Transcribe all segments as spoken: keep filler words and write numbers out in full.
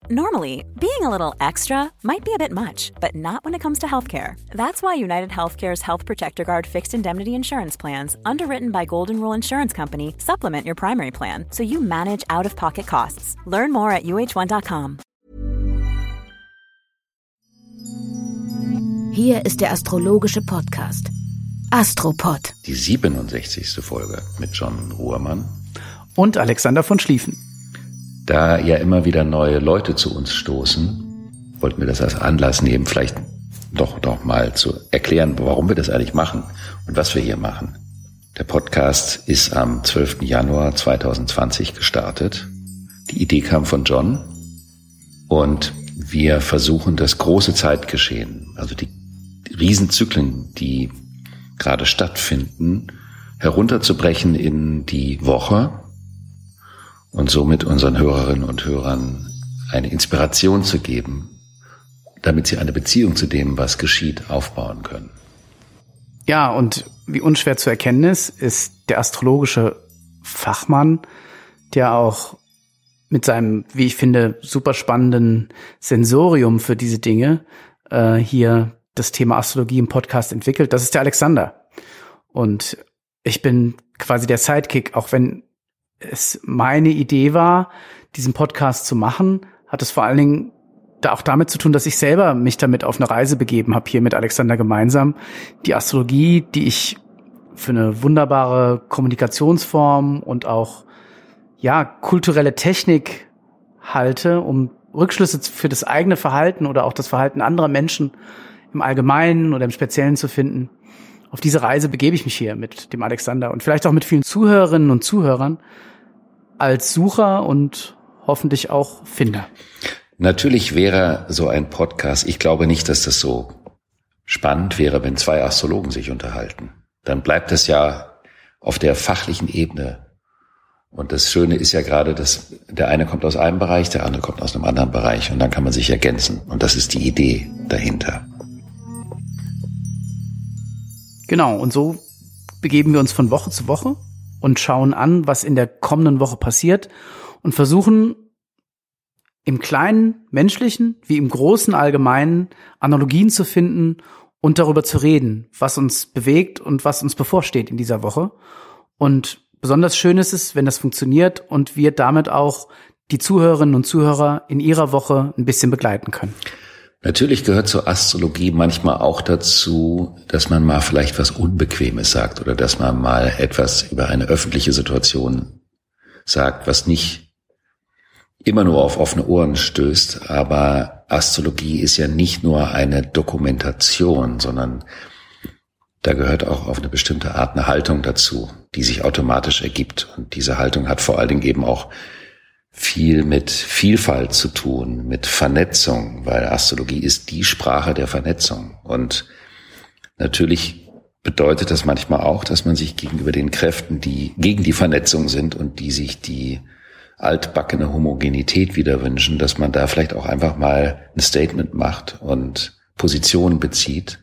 Normally, being a little extra might be a bit much, but not when it comes to healthcare. That's why United Healthcare's Health Protector Guard fixed indemnity insurance plans, underwritten by Golden Rule Insurance Company, supplement your primary plan so you manage out-of-pocket costs. Learn more at U H one dot com. Hier ist der astrologische Podcast Astropod. Die siebenundsechzigste Folge mit John Ruhrmann und Alexander von Schlieffen. Da ja immer wieder neue Leute zu uns stoßen, wollten wir das als Anlass nehmen, vielleicht doch noch mal zu erklären, warum wir das eigentlich machen und was wir hier machen. Der Podcast ist am zwölften Januar zweitausendzwanzig gestartet. Die Idee kam von John und wir versuchen das große Zeitgeschehen, also die Riesenzyklen, die gerade stattfinden, herunterzubrechen in die Woche und somit unseren Hörerinnen und Hörern eine Inspiration zu geben, damit sie eine Beziehung zu dem, was geschieht, aufbauen können. Ja, und wie unschwer zu erkennen ist, ist der astrologische Fachmann, der auch mit seinem, wie ich finde, super spannenden Sensorium für diese Dinge äh, hier das Thema Astrologie im Podcast entwickelt. Das ist der Alexander. Und ich bin quasi der Sidekick, auch wenn es meine Idee war, diesen Podcast zu machen, hat es vor allen Dingen da auch damit zu tun, dass ich selber mich damit auf eine Reise begeben habe, hier mit Alexander gemeinsam. Die Astrologie, die ich für eine wunderbare Kommunikationsform und auch ja kulturelle Technik halte, um Rückschlüsse für das eigene Verhalten oder auch das Verhalten anderer Menschen im Allgemeinen oder im Speziellen zu finden. Auf diese Reise begebe ich mich hier mit dem Alexander und vielleicht auch mit vielen Zuhörerinnen und Zuhörern als Sucher und hoffentlich auch Finder. Natürlich wäre so ein Podcast, ich glaube nicht, dass das so spannend wäre, wenn zwei Astrologen sich unterhalten. Dann bleibt es ja auf der fachlichen Ebene. Und das Schöne ist ja gerade, dass der eine kommt aus einem Bereich, der andere kommt aus einem anderen Bereich und dann kann man sich ergänzen. Und das ist die Idee dahinter. Genau, und so begeben wir uns von Woche zu Woche und schauen an, was in der kommenden Woche passiert und versuchen im kleinen Menschlichen wie im großen Allgemeinen Analogien zu finden und darüber zu reden, was uns bewegt und was uns bevorsteht in dieser Woche. Und besonders schön ist es, wenn das funktioniert und wir damit auch die Zuhörerinnen und Zuhörer in ihrer Woche ein bisschen begleiten können. Natürlich gehört zur Astrologie manchmal auch dazu, dass man mal vielleicht was Unbequemes sagt oder dass man mal etwas über eine öffentliche Situation sagt, was nicht immer nur auf offene Ohren stößt. Aber Astrologie ist ja nicht nur eine Dokumentation, sondern da gehört auch auf eine bestimmte Art eine Haltung dazu, die sich automatisch ergibt. Und diese Haltung hat vor allen Dingen eben auch viel mit Vielfalt zu tun, mit Vernetzung, weil Astrologie ist die Sprache der Vernetzung. Und natürlich bedeutet das manchmal auch, dass man sich gegenüber den Kräften, die gegen die Vernetzung sind und die sich die altbackene Homogenität wieder wünschen, dass man da vielleicht auch einfach mal ein Statement macht und Positionen bezieht,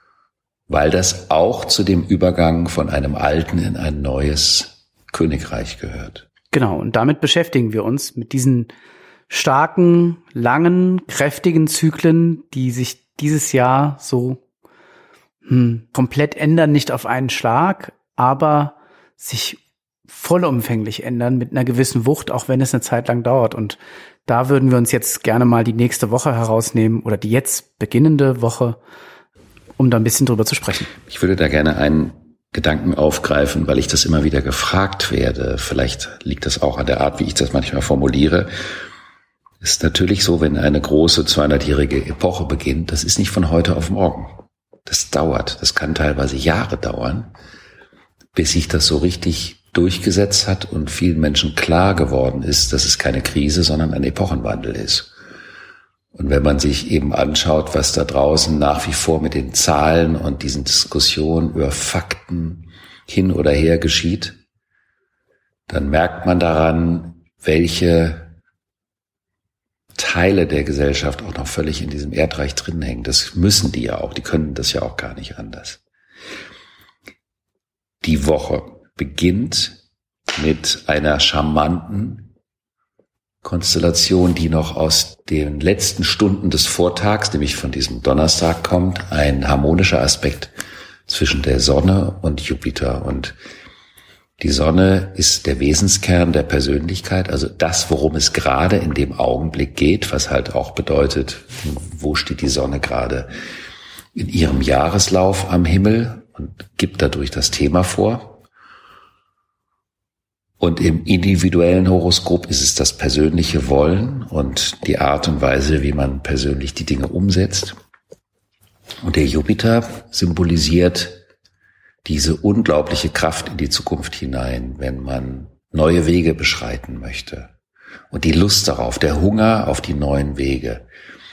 weil das auch zu dem Übergang von einem alten in ein neues Königreich gehört. Genau, und damit beschäftigen wir uns mit diesen starken, langen, kräftigen Zyklen, die sich dieses Jahr so hm, komplett ändern, nicht auf einen Schlag, aber sich vollumfänglich ändern mit einer gewissen Wucht, auch wenn es eine Zeit lang dauert. Und da würden wir uns jetzt gerne mal die nächste Woche herausnehmen oder die jetzt beginnende Woche, um da ein bisschen drüber zu sprechen. Ich würde da gerne einen Gedanken aufgreifen, weil ich das immer wieder gefragt werde. Vielleicht liegt das auch an der Art, wie ich das manchmal formuliere. Es ist natürlich so, wenn eine große zweihundertjährige Epoche beginnt, das ist nicht von heute auf morgen. Das dauert. Das kann teilweise Jahre dauern, bis sich das so richtig durchgesetzt hat und vielen Menschen klar geworden ist, dass es keine Krise, sondern ein Epochenwandel ist. Und wenn man sich eben anschaut, was da draußen nach wie vor mit den Zahlen und diesen Diskussionen über Fakten hin oder her geschieht, dann merkt man daran, welche Teile der Gesellschaft auch noch völlig in diesem Erdreich drin hängen. Das müssen die ja auch, die können das ja auch gar nicht anders. Die Woche beginnt mit einer charmanten Konstellation, die noch aus den letzten Stunden des Vortags, nämlich von diesem Donnerstag kommt, ein harmonischer Aspekt zwischen der Sonne und Jupiter. Und die Sonne ist der Wesenskern der Persönlichkeit, also das, worum es gerade in dem Augenblick geht, was halt auch bedeutet, wo steht die Sonne gerade in ihrem Jahreslauf am Himmel und gibt dadurch das Thema vor. Und im individuellen Horoskop ist es das persönliche Wollen und die Art und Weise, wie man persönlich die Dinge umsetzt. Und der Jupiter symbolisiert diese unglaubliche Kraft in die Zukunft hinein, wenn man neue Wege beschreiten möchte. Und die Lust darauf, der Hunger auf die neuen Wege.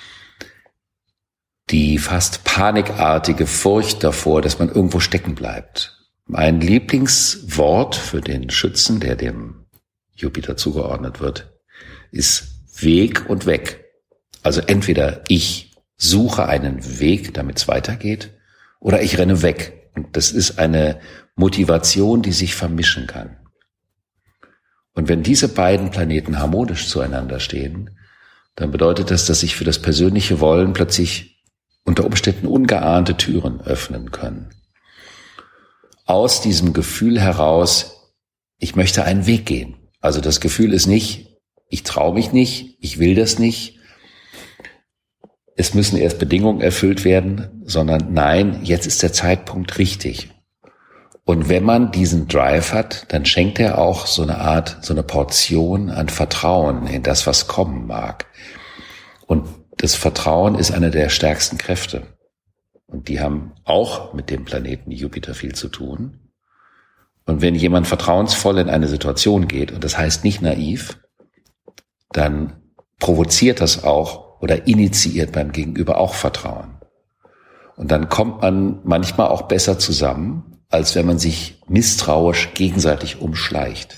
Die fast panikartige Furcht davor, dass man irgendwo stecken bleibt. Mein Lieblingswort für den Schützen, der dem Jupiter zugeordnet wird, ist Weg und weg. Also entweder ich suche einen Weg, damit es weitergeht, oder ich renne weg. Und das ist eine Motivation, die sich vermischen kann. Und wenn diese beiden Planeten harmonisch zueinander stehen, dann bedeutet das, dass sich für das persönliche Wollen plötzlich unter Umständen ungeahnte Türen öffnen können. Aus diesem Gefühl heraus, ich möchte einen Weg gehen. Also das Gefühl ist nicht, ich traue mich nicht, ich will das nicht, es müssen erst Bedingungen erfüllt werden, sondern nein, jetzt ist der Zeitpunkt richtig. Und wenn man diesen Drive hat, dann schenkt er auch so eine Art, so eine Portion an Vertrauen in das, was kommen mag. Und das Vertrauen ist eine der stärksten Kräfte. Und die haben auch mit dem Planeten Jupiter viel zu tun. Und wenn jemand vertrauensvoll in eine Situation geht, und das heißt nicht naiv, dann provoziert das auch oder initiiert beim Gegenüber auch Vertrauen. Und dann kommt man manchmal auch besser zusammen, als wenn man sich misstrauisch gegenseitig umschleicht.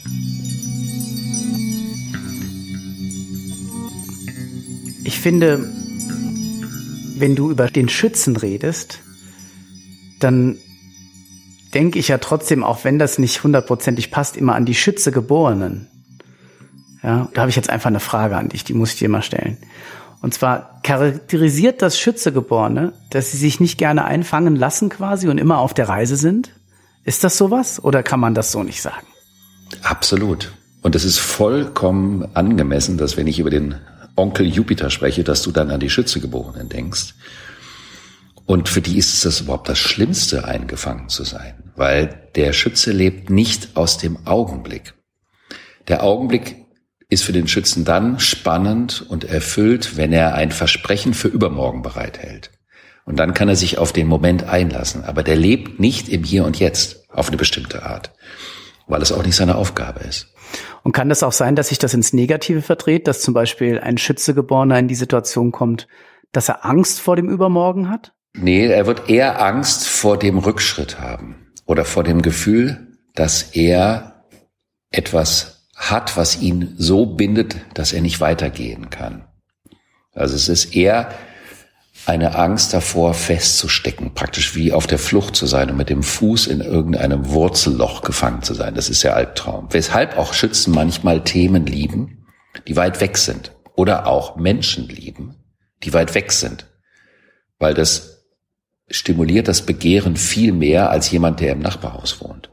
Ich finde, wenn du über den Schützen redest, dann denke ich ja trotzdem, auch wenn das nicht hundertprozentig passt, immer an die Schütze-Geborenen. Ja, da habe ich jetzt einfach eine Frage an dich, die muss ich dir mal stellen. Und zwar charakterisiert das Schütze-Geborene, dass sie sich nicht gerne einfangen lassen quasi und immer auf der Reise sind? Ist das sowas oder kann man das so nicht sagen? Absolut. Und es ist vollkommen angemessen, dass wenn ich über den Onkel Jupiter spreche, dass du dann an die Schütze-Geborenen denkst. Und für die ist es überhaupt das Schlimmste, eingefangen zu sein, weil der Schütze lebt nicht aus dem Augenblick. Der Augenblick ist für den Schützen dann spannend und erfüllt, wenn er ein Versprechen für übermorgen bereithält. Und dann kann er sich auf den Moment einlassen. Aber der lebt nicht im Hier und Jetzt auf eine bestimmte Art, weil es auch nicht seine Aufgabe ist. Und kann das auch sein, dass sich das ins Negative verdreht, dass zum Beispiel ein Schützegeborener in die Situation kommt, dass er Angst vor dem Übermorgen hat? Nee, er wird eher Angst vor dem Rückschritt haben oder vor dem Gefühl, dass er etwas hat, was ihn so bindet, dass er nicht weitergehen kann. Also es ist eher eine Angst davor, festzustecken, praktisch wie auf der Flucht zu sein und mit dem Fuß in irgendeinem Wurzelloch gefangen zu sein. Das ist der Albtraum. Weshalb auch Schützen manchmal Themen lieben, die weit weg sind. Oder auch Menschen lieben, die weit weg sind. Weil das stimuliert das Begehren viel mehr als jemand, der im Nachbarhaus wohnt.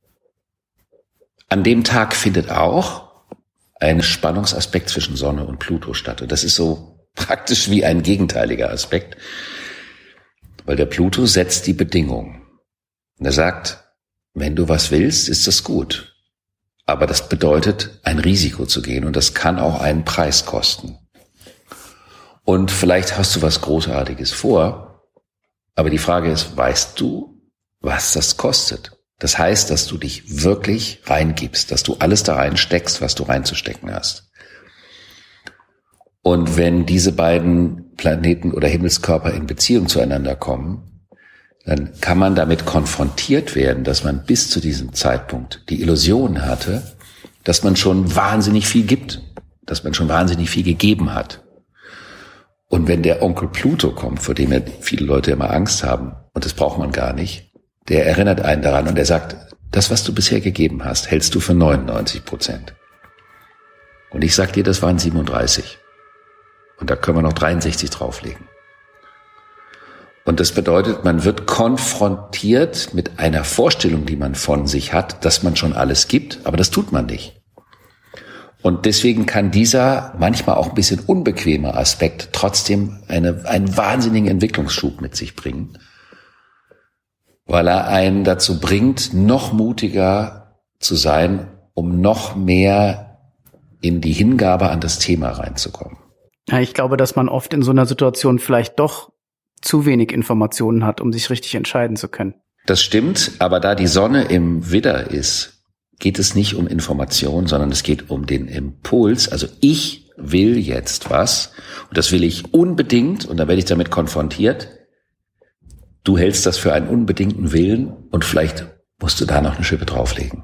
An dem Tag findet auch ein Spannungsaspekt zwischen Sonne und Pluto statt. Und das ist so praktisch wie ein gegenteiliger Aspekt, weil der Pluto setzt die Bedingungen. Und er sagt, wenn du was willst, ist das gut. Aber das bedeutet, ein Risiko zu gehen und das kann auch einen Preis kosten. Und vielleicht hast du was Großartiges vor, aber die Frage ist, weißt du, was das kostet? Das heißt, dass du dich wirklich reingibst, dass du alles da reinsteckst, was du reinzustecken hast. Und wenn diese beiden Planeten oder Himmelskörper in Beziehung zueinander kommen, dann kann man damit konfrontiert werden, dass man bis zu diesem Zeitpunkt die Illusion hatte, dass man schon wahnsinnig viel gibt, dass man schon wahnsinnig viel gegeben hat. Und wenn der Onkel Pluto kommt, vor dem ja viele Leute immer Angst haben, und das braucht man gar nicht, der erinnert einen daran und er sagt, das, was du bisher gegeben hast, hältst du für neunundneunzig Prozent. Und ich sag dir, das waren siebenunddreißig. Und da können wir noch dreiundsechzig drauflegen. Und das bedeutet, man wird konfrontiert mit einer Vorstellung, die man von sich hat, dass man schon alles gibt, aber das tut man nicht. Und deswegen kann dieser manchmal auch ein bisschen unbequeme Aspekt trotzdem eine, einen wahnsinnigen Entwicklungsschub mit sich bringen, weil er einen dazu bringt, noch mutiger zu sein, um noch mehr in die Hingabe an das Thema reinzukommen. Ja, ich glaube, dass man oft in so einer Situation vielleicht doch zu wenig Informationen hat, um sich richtig entscheiden zu können. Das stimmt, aber da die Sonne im Widder ist, geht es nicht um Information, sondern es geht um den Impuls. Also ich will jetzt was und das will ich unbedingt und dann werde ich damit konfrontiert. Du hältst das für einen unbedingten Willen und vielleicht musst du da noch eine Schippe drauflegen.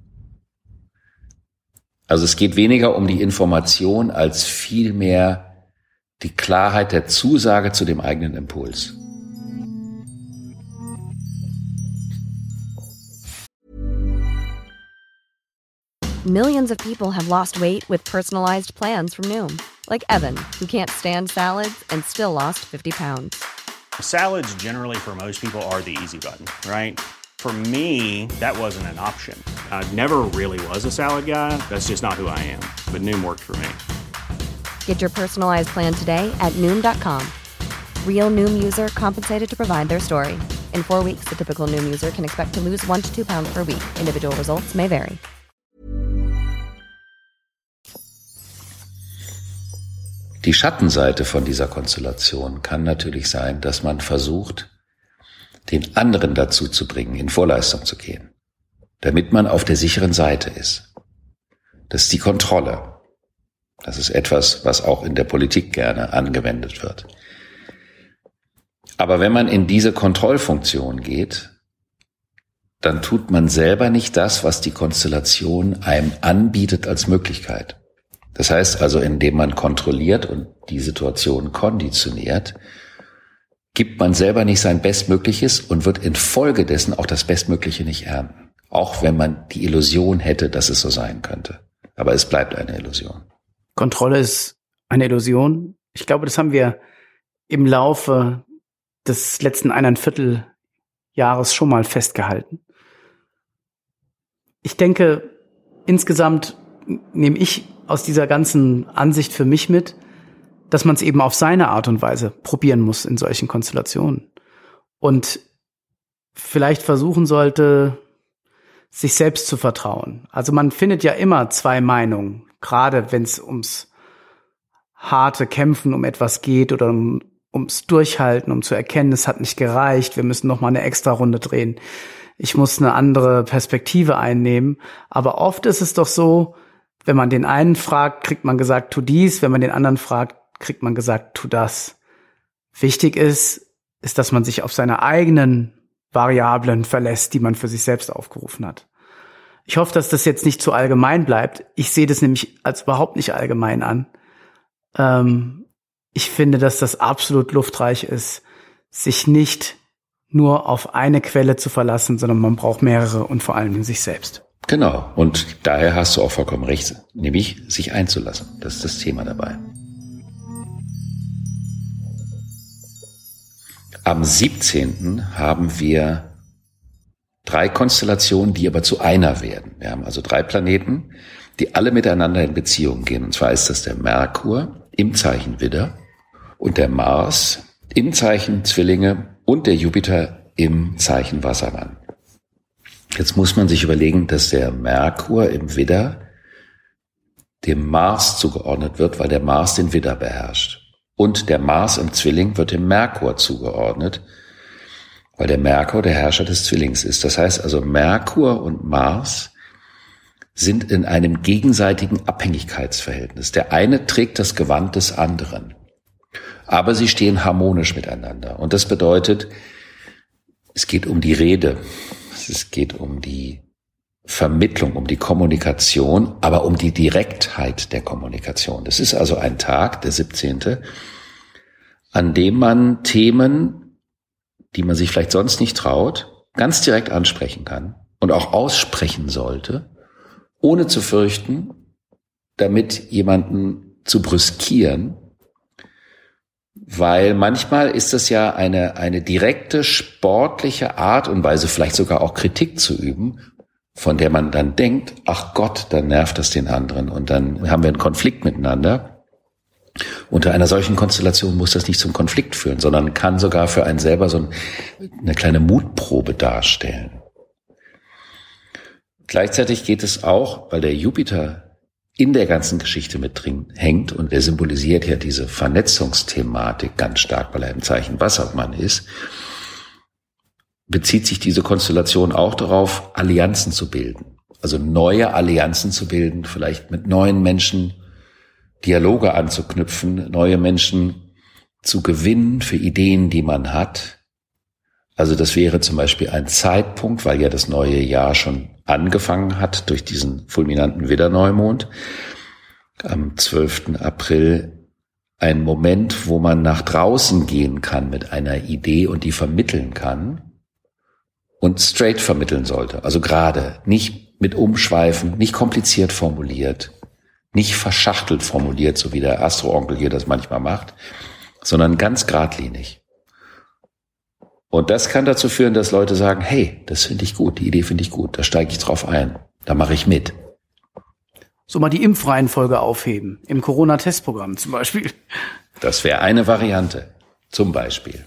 Also es geht weniger um die Information als vielmehr die Klarheit der Zusage zu dem eigenen Impuls. Millions of people have lost weight with personalized plans from Noom. Like Evan, who can't stand salads and still lost fifty pounds. Salads generally for most people are the easy button, right? For me, that wasn't an option. I never really was a salad guy. That's just not who I am. But Noom worked for me. Get your personalized plan today at Noom dot com. Real Noom user compensated to provide their story. In four weeks, the typical Noom user can expect to lose one to two pounds per week. Individual results may vary. Die Schattenseite von dieser Konstellation kann natürlich sein, dass man versucht, den anderen dazu zu bringen, in Vorleistung zu gehen, damit man auf der sicheren Seite ist. Das ist die Kontrolle. Das ist etwas, was auch in der Politik gerne angewendet wird. Aber wenn man in diese Kontrollfunktion geht, dann tut man selber nicht das, was die Konstellation einem anbietet als Möglichkeit. Das heißt also, indem man kontrolliert und die Situation konditioniert, gibt man selber nicht sein Bestmögliches und wird infolgedessen auch das Bestmögliche nicht ernten. Auch wenn man die Illusion hätte, dass es so sein könnte. Aber es bleibt eine Illusion. Kontrolle ist eine Illusion. Ich glaube, das haben wir im Laufe des letzten eineinviertel Jahres schon mal festgehalten. Ich denke, insgesamt nehme ich aus dieser ganzen Ansicht für mich mit, dass man es eben auf seine Art und Weise probieren muss in solchen Konstellationen. Und vielleicht versuchen sollte, sich selbst zu vertrauen. Also man findet ja immer zwei Meinungen, gerade wenn es ums harte Kämpfen um etwas geht oder um, ums Durchhalten, um zu erkennen, es hat nicht gereicht, wir müssen noch mal eine extra Runde drehen. Ich muss eine andere Perspektive einnehmen. Aber oft ist es doch so, wenn man den einen fragt, kriegt man gesagt, tu dies. Wenn man den anderen fragt, kriegt man gesagt, tu das. Wichtig ist, ist, dass man sich auf seine eigenen Variablen verlässt, die man für sich selbst aufgerufen hat. Ich hoffe, dass das jetzt nicht zu allgemein bleibt. Ich sehe das nämlich als überhaupt nicht allgemein an. Ähm, ich finde, dass das absolut luftreich ist, sich nicht nur auf eine Quelle zu verlassen, sondern man braucht mehrere und vor allem in sich selbst. Genau, und daher hast du auch vollkommen recht, nämlich sich einzulassen. Das ist das Thema dabei. Am siebzehnten haben wir drei Konstellationen, die aber zu einer werden. Wir haben also drei Planeten, die alle miteinander in Beziehung gehen. Und zwar ist das der Merkur im Zeichen Widder und der Mars im Zeichen Zwillinge und der Jupiter im Zeichen Wassermann. Jetzt muss man sich überlegen, dass der Merkur im Widder dem Mars zugeordnet wird, weil der Mars den Widder beherrscht. Und der Mars im Zwilling wird dem Merkur zugeordnet, weil der Merkur der Herrscher des Zwillings ist. Das heißt also, Merkur und Mars sind in einem gegenseitigen Abhängigkeitsverhältnis. Der eine trägt das Gewand des anderen, aber sie stehen harmonisch miteinander. Und das bedeutet, es geht um die Rede, es geht um die Vermittlung, um die Kommunikation, aber um die Direktheit der Kommunikation. Das ist also ein Tag, der siebzehnte, an dem man Themen, die man sich vielleicht sonst nicht traut, ganz direkt ansprechen kann und auch aussprechen sollte, ohne zu fürchten, damit jemanden zu brüskieren, weil manchmal ist es ja eine, eine direkte sportliche Art und Weise, vielleicht sogar auch Kritik zu üben, von der man dann denkt, ach Gott, dann nervt das den anderen und dann haben wir einen Konflikt miteinander. Unter einer solchen Konstellation muss das nicht zum Konflikt führen, sondern kann sogar für einen selber so eine kleine Mutprobe darstellen. Gleichzeitig geht es auch, weil der Jupiter in der ganzen Geschichte mit drin hängt und er symbolisiert ja diese Vernetzungsthematik ganz stark, weil er im Zeichen Wassermann ist, bezieht sich diese Konstellation auch darauf, Allianzen zu bilden. Also neue Allianzen zu bilden, vielleicht mit neuen Menschen Dialoge anzuknüpfen, neue Menschen zu gewinnen für Ideen, die man hat. Also das wäre zum Beispiel ein Zeitpunkt, weil ja das neue Jahr schon angefangen hat durch diesen fulminanten Widderneumond am zwölften April, ein Moment, wo man nach draußen gehen kann mit einer Idee und die vermitteln kann und straight vermitteln sollte. Also gerade, nicht mit Umschweifen, nicht kompliziert formuliert, nicht verschachtelt formuliert, so wie der Astro-Onkel hier das manchmal macht, sondern ganz geradlinig. Und das kann dazu führen, dass Leute sagen, hey, das finde ich gut, die Idee finde ich gut, da steige ich drauf ein, da mache ich mit. So mal die Impfreihenfolge aufheben, im Corona-Testprogramm zum Beispiel. Das wäre eine Variante, zum Beispiel.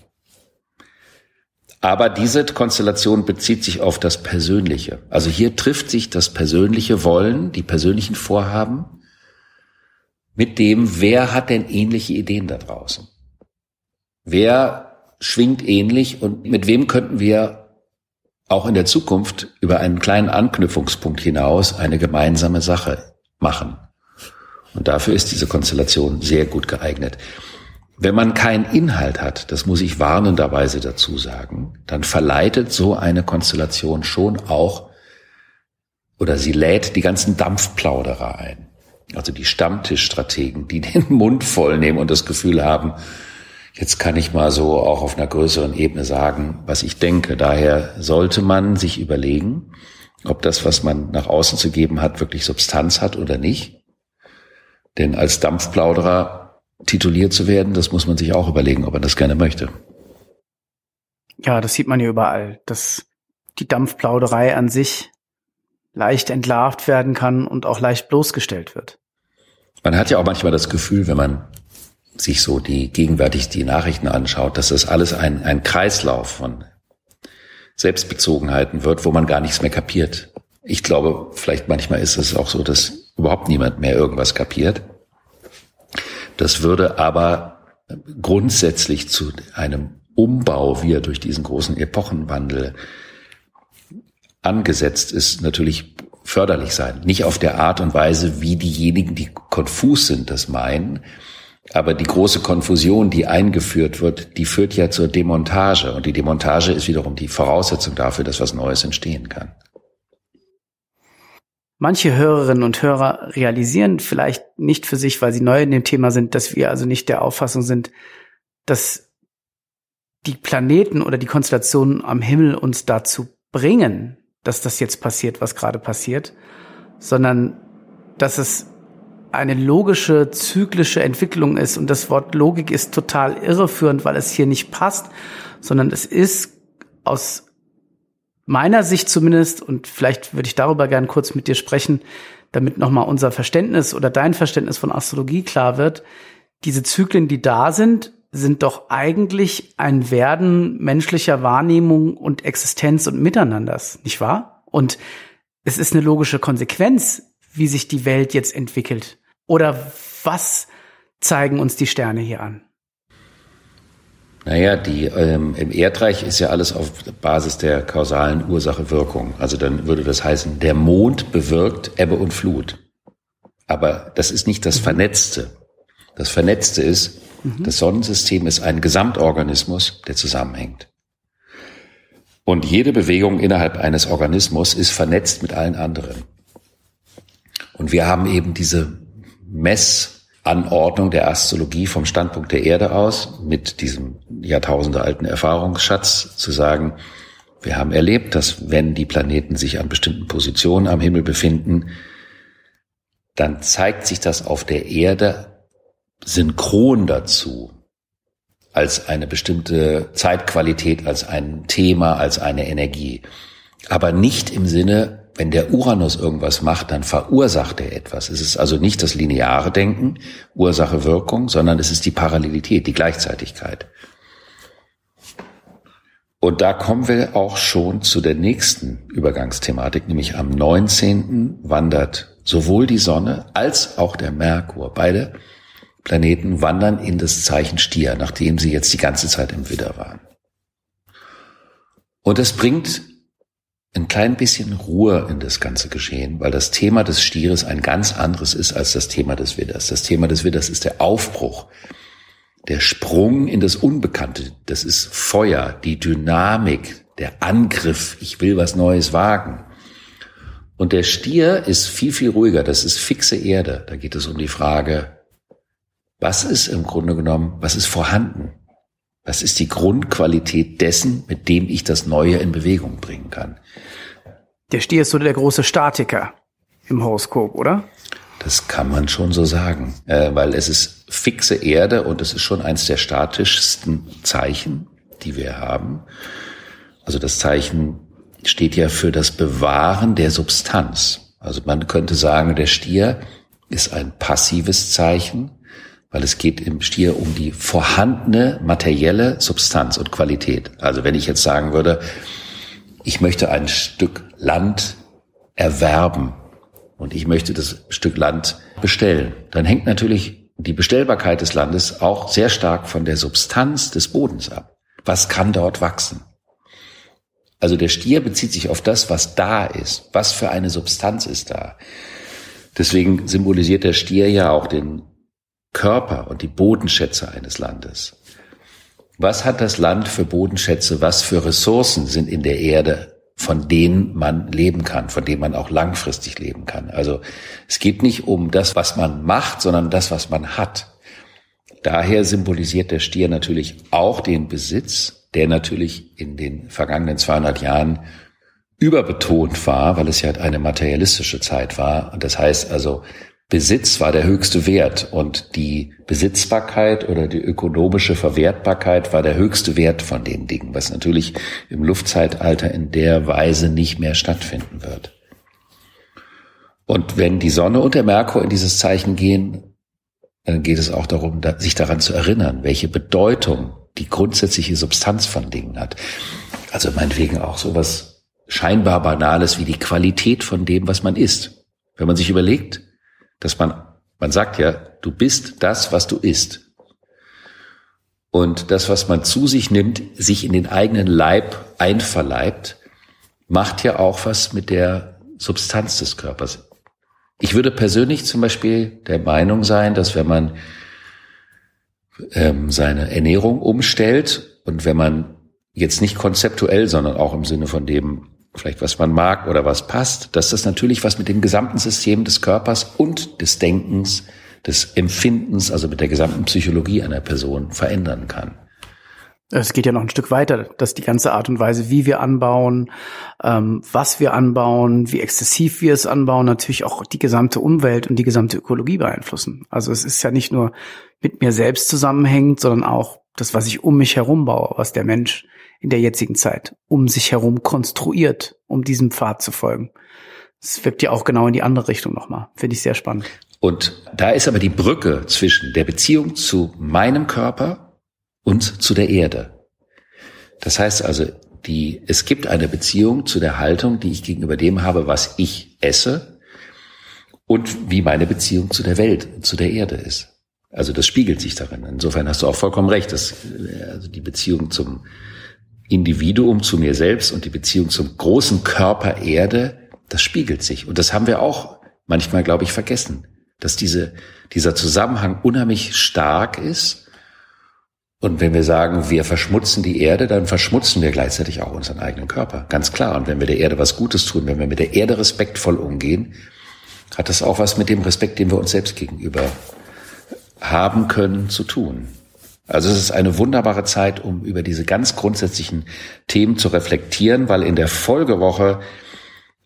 Aber diese Konstellation bezieht sich auf das Persönliche. Also hier trifft sich das persönliche Wollen, die persönlichen Vorhaben, mit dem, wer hat denn ähnliche Ideen da draußen? Wer schwingt ähnlich und mit wem könnten wir auch in der Zukunft über einen kleinen Anknüpfungspunkt hinaus eine gemeinsame Sache machen? Und dafür ist diese Konstellation sehr gut geeignet. Wenn man keinen Inhalt hat, das muss ich warnenderweise dazu sagen, dann verleitet so eine Konstellation schon auch, oder sie lädt die ganzen Dampfplauderer ein. Also die Stammtischstrategen, die den Mund voll nehmen und das Gefühl haben, jetzt kann ich mal so auch auf einer größeren Ebene sagen, was ich denke. Daher sollte man sich überlegen, ob das, was man nach außen zu geben hat, wirklich Substanz hat oder nicht. Denn als Dampfplauderer tituliert zu werden, das muss man sich auch überlegen, ob man das gerne möchte. Ja, das sieht man ja überall, dass die Dampfplauderei an sich leicht entlarvt werden kann und auch leicht bloßgestellt wird. Man hat ja auch manchmal das Gefühl, wenn man sich so die gegenwärtig die Nachrichten anschaut, dass das alles ein, ein Kreislauf von Selbstbezogenheiten wird, wo man gar nichts mehr kapiert. Ich glaube, vielleicht manchmal ist es auch so, dass überhaupt niemand mehr irgendwas kapiert. Das würde aber grundsätzlich zu einem Umbau, wie er durch diesen großen Epochenwandel angesetzt ist, natürlich förderlich sein. Nicht auf der Art und Weise, wie diejenigen, die konfus sind, das meinen. Aber die große Konfusion, die eingeführt wird, die führt ja zur Demontage. Und die Demontage ist wiederum die Voraussetzung dafür, dass was Neues entstehen kann. Manche Hörerinnen und Hörer realisieren vielleicht nicht für sich, weil sie neu in dem Thema sind, dass wir also nicht der Auffassung sind, dass die Planeten oder die Konstellationen am Himmel uns dazu bringen, dass das jetzt passiert, was gerade passiert, sondern dass es eine logische, zyklische Entwicklung ist. Und das Wort Logik ist total irreführend, weil es hier nicht passt, sondern es ist aus meiner Sicht zumindest, und vielleicht würde ich darüber gern kurz mit dir sprechen, damit nochmal unser Verständnis oder dein Verständnis von Astrologie klar wird, diese Zyklen, die da sind, sind doch eigentlich ein Werden menschlicher Wahrnehmung und Existenz und Miteinanders, nicht wahr? Und es ist eine logische Konsequenz, wie sich die Welt jetzt entwickelt. Oder was zeigen uns die Sterne hier an? Naja, die, ähm, im Erdreich ist ja alles auf Basis der kausalen Ursache-Wirkung. Also dann würde das heißen, der Mond bewirkt Ebbe und Flut. Aber das ist nicht das Vernetzte. Das Vernetzte ist, mhm. das Sonnensystem ist ein Gesamtorganismus, der zusammenhängt. Und jede Bewegung innerhalb eines Organismus ist vernetzt mit allen anderen. Und wir haben eben diese Messanordnung der Astrologie vom Standpunkt der Erde aus, mit diesem jahrtausendealten Erfahrungsschatz zu sagen, wir haben erlebt, dass wenn die Planeten sich an bestimmten Positionen am Himmel befinden, dann zeigt sich das auf der Erde synchron dazu, als eine bestimmte Zeitqualität, als ein Thema, als eine Energie. Aber nicht im Sinne, wenn der Uranus irgendwas macht, dann verursacht er etwas. Es ist also nicht das lineare Denken, Ursache, Wirkung, sondern es ist die Parallelität, die Gleichzeitigkeit. Und da kommen wir auch schon zu der nächsten Übergangsthematik, nämlich am neunzehnten wandert sowohl die Sonne als auch der Merkur, beide Planeten wandern in das Zeichen Stier, nachdem sie jetzt die ganze Zeit im Widder waren. Und das bringt ein klein bisschen Ruhe in das ganze Geschehen, weil das Thema des Stieres ein ganz anderes ist als das Thema des Widders. Das Thema des Widders ist der Aufbruch, der Sprung in das Unbekannte, das ist Feuer, die Dynamik, der Angriff, ich will was Neues wagen. Und der Stier ist viel, viel ruhiger, das ist fixe Erde. Da geht es um die Frage, was ist im Grunde genommen, was ist vorhanden? Was ist die Grundqualität dessen, mit dem ich das Neue in Bewegung bringen kann? Der Stier ist so der große Statiker im Horoskop, oder? Das kann man schon so sagen, äh, weil es ist fixe Erde und es ist schon eins der statischsten Zeichen, die wir haben. Also das Zeichen steht ja für das Bewahren der Substanz. Also man könnte sagen, der Stier ist ein passives Zeichen, weil es geht im Stier um die vorhandene materielle Substanz und Qualität. Also wenn ich jetzt sagen würde, ich möchte ein Stück Land erwerben und ich möchte das Stück Land bestellen, dann hängt natürlich die Bestellbarkeit des Landes auch sehr stark von der Substanz des Bodens ab. Was kann dort wachsen? Also der Stier bezieht sich auf das, was da ist. Was für eine Substanz ist da? Deswegen symbolisiert der Stier ja auch den Körper und die Bodenschätze eines Landes. Was hat das Land für Bodenschätze, was für Ressourcen sind in der Erde, von denen man leben kann, von denen man auch langfristig leben kann? Also es geht nicht um das, was man macht, sondern das, was man hat. Daher symbolisiert der Stier natürlich auch den Besitz, der natürlich in den vergangenen zweihundert Jahren überbetont war, weil es ja eine materialistische Zeit war. Und das heißt also, Besitz war der höchste Wert und die Besitzbarkeit oder die ökonomische Verwertbarkeit war der höchste Wert von den Dingen, was natürlich im Luftzeitalter in der Weise nicht mehr stattfinden wird. Und wenn die Sonne und der Merkur in dieses Zeichen gehen, dann geht es auch darum, sich daran zu erinnern, welche Bedeutung die grundsätzliche Substanz von Dingen hat. Also meinetwegen auch sowas scheinbar Banales wie die Qualität von dem, was man isst. Wenn man sich überlegt, dass man, man sagt ja, du bist das, was du isst. Und das, was man zu sich nimmt, sich in den eigenen Leib einverleibt, macht ja auch was mit der Substanz des Körpers. Ich würde persönlich zum Beispiel der Meinung sein, dass wenn man ähm, seine Ernährung umstellt und wenn man jetzt nicht konzeptuell, sondern auch im Sinne von dem, vielleicht was man mag oder was passt, dass das natürlich was mit dem gesamten System des Körpers und des Denkens, des Empfindens, also mit der gesamten Psychologie einer Person verändern kann. Es geht ja noch ein Stück weiter, dass die ganze Art und Weise, wie wir anbauen, ähm, was wir anbauen, wie exzessiv wir es anbauen, natürlich auch die gesamte Umwelt und die gesamte Ökologie beeinflussen. Also es ist ja nicht nur mit mir selbst zusammenhängend, sondern auch das, was ich um mich herum baue, was der Mensch in der jetzigen Zeit um sich herum konstruiert, um diesem Pfad zu folgen. Es wirkt ja auch genau in die andere Richtung nochmal. Finde ich sehr spannend. Und da ist aber die Brücke zwischen der Beziehung zu meinem Körper und zu der Erde. Das heißt also, die, es gibt eine Beziehung zu der Haltung, die ich gegenüber dem habe, was ich esse und wie meine Beziehung zu der Welt, zu der Erde ist. Also das spiegelt sich darin. Insofern hast du auch vollkommen recht, dass also die Beziehung zum Individuum, zu mir selbst und die Beziehung zum großen Körper Erde, das spiegelt sich. Und das haben wir auch manchmal, glaube ich, vergessen, dass diese, dieser Zusammenhang unheimlich stark ist. Und wenn wir sagen, wir verschmutzen die Erde, dann verschmutzen wir gleichzeitig auch unseren eigenen Körper. Ganz klar. Und wenn wir der Erde was Gutes tun, wenn wir mit der Erde respektvoll umgehen, hat das auch was mit dem Respekt, den wir uns selbst gegenüber haben können, zu tun. Also es ist eine wunderbare Zeit, um über diese ganz grundsätzlichen Themen zu reflektieren, weil in der Folgewoche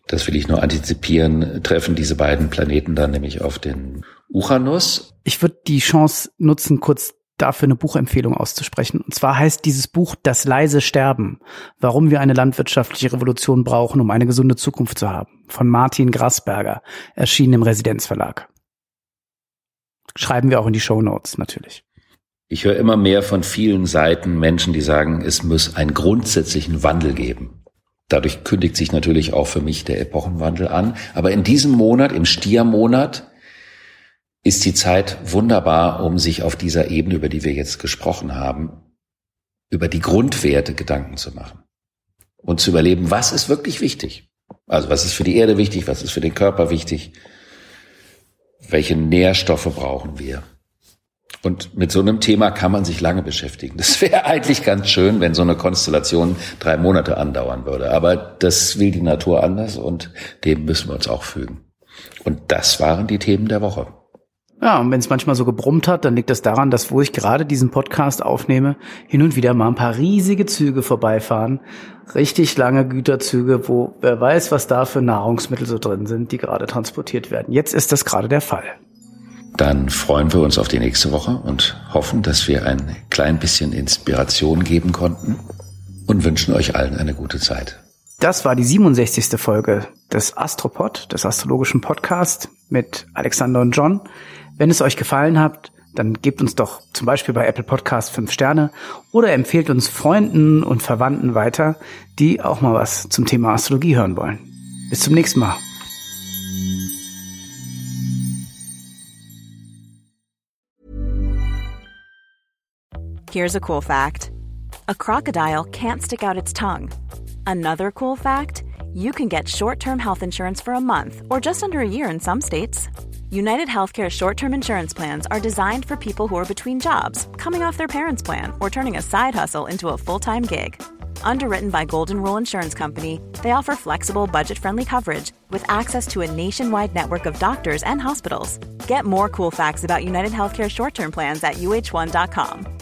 das will ich nur antizipieren, treffen diese beiden Planeten dann nämlich auf den Uranus. Ich würde die Chance nutzen, kurz dafür eine Buchempfehlung auszusprechen. Und zwar heißt dieses Buch Das leise Sterben, warum wir eine landwirtschaftliche Revolution brauchen, um eine gesunde Zukunft zu haben, von Martin Grasberger, erschienen im Residenzverlag. Schreiben wir auch in die Shownotes natürlich. Ich höre immer mehr von vielen Seiten Menschen, die sagen, es muss einen grundsätzlichen Wandel geben. Dadurch kündigt sich natürlich auch für mich der Epochenwandel an. Aber in diesem Monat, im Stiermonat, ist die Zeit wunderbar, um sich auf dieser Ebene, über die wir jetzt gesprochen haben, über die Grundwerte Gedanken zu machen und zu überleben, was ist wirklich wichtig. Also was ist für die Erde wichtig, was ist für den Körper wichtig, welche Nährstoffe brauchen wir. Und mit so einem Thema kann man sich lange beschäftigen. Das wäre eigentlich ganz schön, wenn so eine Konstellation drei Monate andauern würde. Aber das will die Natur anders und dem müssen wir uns auch fügen. Und das waren die Themen der Woche. Ja, und wenn es manchmal so gebrummt hat, dann liegt das daran, dass, wo ich gerade diesen Podcast aufnehme, hin und wieder mal ein paar riesige Züge vorbeifahren. Richtig lange Güterzüge, wo wer weiß, was da für Nahrungsmittel so drin sind, die gerade transportiert werden. Jetzt ist das gerade der Fall. Dann freuen wir uns auf die nächste Woche und hoffen, dass wir ein klein bisschen Inspiration geben konnten und wünschen euch allen eine gute Zeit. Das war die siebenundsechzigste Folge des Astropod, des astrologischen Podcasts mit Alexander und John. Wenn es euch gefallen hat, dann gebt uns doch zum Beispiel bei Apple Podcast fünf Sterne oder empfehlt uns Freunden und Verwandten weiter, die auch mal was zum Thema Astrologie hören wollen. Bis zum nächsten Mal. Here's a cool fact. A crocodile can't stick out its tongue. Another cool fact, you can get short-term health insurance for a month or just under a year in some states. United Healthcare short-term insurance plans are designed for people who are between jobs, coming off their parents' plan, or turning a side hustle into a full-time gig. Underwritten by Golden Rule Insurance Company, they offer flexible, budget-friendly coverage with access to a nationwide network of doctors and hospitals. Get more cool facts about United Healthcare short-term plans at U H one dot com.